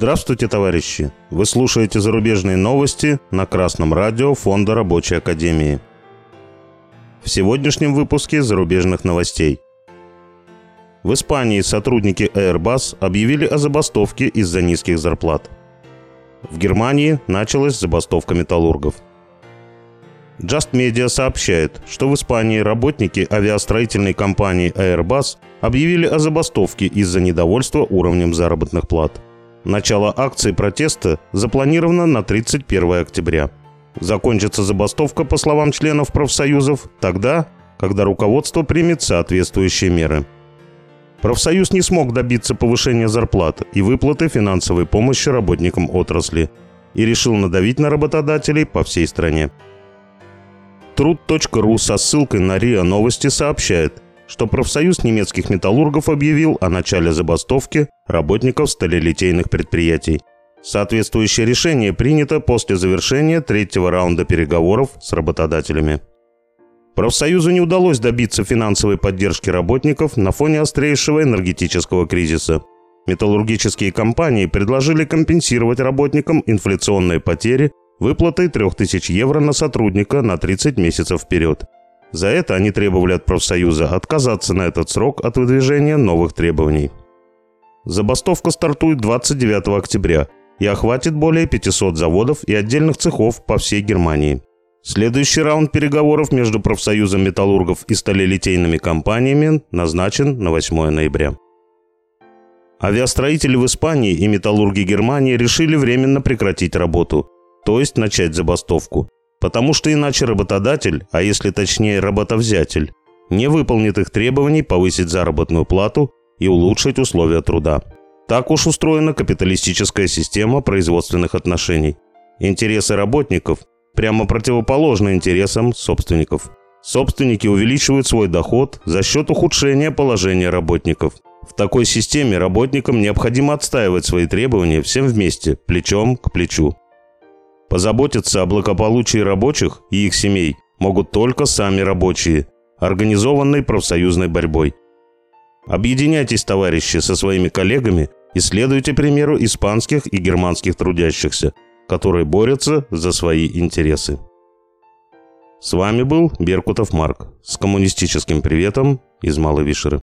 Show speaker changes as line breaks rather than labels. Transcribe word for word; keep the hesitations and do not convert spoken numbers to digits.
Здравствуйте, товарищи! Вы слушаете зарубежные новости на Красном радио Фонда Рабочей Академии. В сегодняшнем выпуске зарубежных новостей. В Испании сотрудники Airbus объявили о забастовке из-за низких зарплат. В Германии началась забастовка металлургов. Just Media сообщает, что в Испании работники авиастроительной компании Airbus объявили о забастовке из-за недовольства уровнем заработных плат. Начало акции протеста запланировано на тридцать первое октября. Закончится забастовка, по словам членов профсоюзов, тогда, когда руководство примет соответствующие меры. Профсоюз не смог добиться повышения зарплат и выплаты финансовой помощи работникам отрасли и решил надавить на работодателей по всей стране. труд точка ру со ссылкой на РИА Новости сообщает, что профсоюз немецких металлургов объявил о начале забастовки работников сталелитейных предприятий. Соответствующее решение принято после завершения третьего раунда переговоров с работодателями. Профсоюзу не удалось добиться финансовой поддержки работников на фоне острейшего энергетического кризиса. Металлургические компании предложили компенсировать работникам инфляционные потери выплатой три тысячи евро на сотрудника на тридцать месяцев вперед. За это они требовали от профсоюза отказаться на этот срок от выдвижения новых требований. Забастовка стартует двадцать девятого октября и охватит более пятисот заводов и отдельных цехов по всей Германии. Следующий раунд переговоров между профсоюзом металлургов и сталелитейными компаниями назначен на восьмое ноября. Авиастроители в Испании и металлурги Германии решили временно прекратить работу, то есть начать забастовку. Потому что иначе работодатель, а если точнее работовзятель, не выполнит их требований повысить заработную плату и улучшить условия труда. Так уж устроена капиталистическая система производственных отношений. Интересы работников прямо противоположны интересам собственников. Собственники увеличивают свой доход за счет ухудшения положения работников. В такой системе работникам необходимо отстаивать свои требования всем вместе, плечом к плечу. Позаботиться о благополучии рабочих и их семей могут только сами рабочие, организованной профсоюзной борьбой. Объединяйтесь, товарищи, со своими коллегами и следуйте примеру испанских и германских трудящихся, которые борются за свои интересы. С вами был Беркутов Марк с коммунистическим приветом из Малой Вишеры.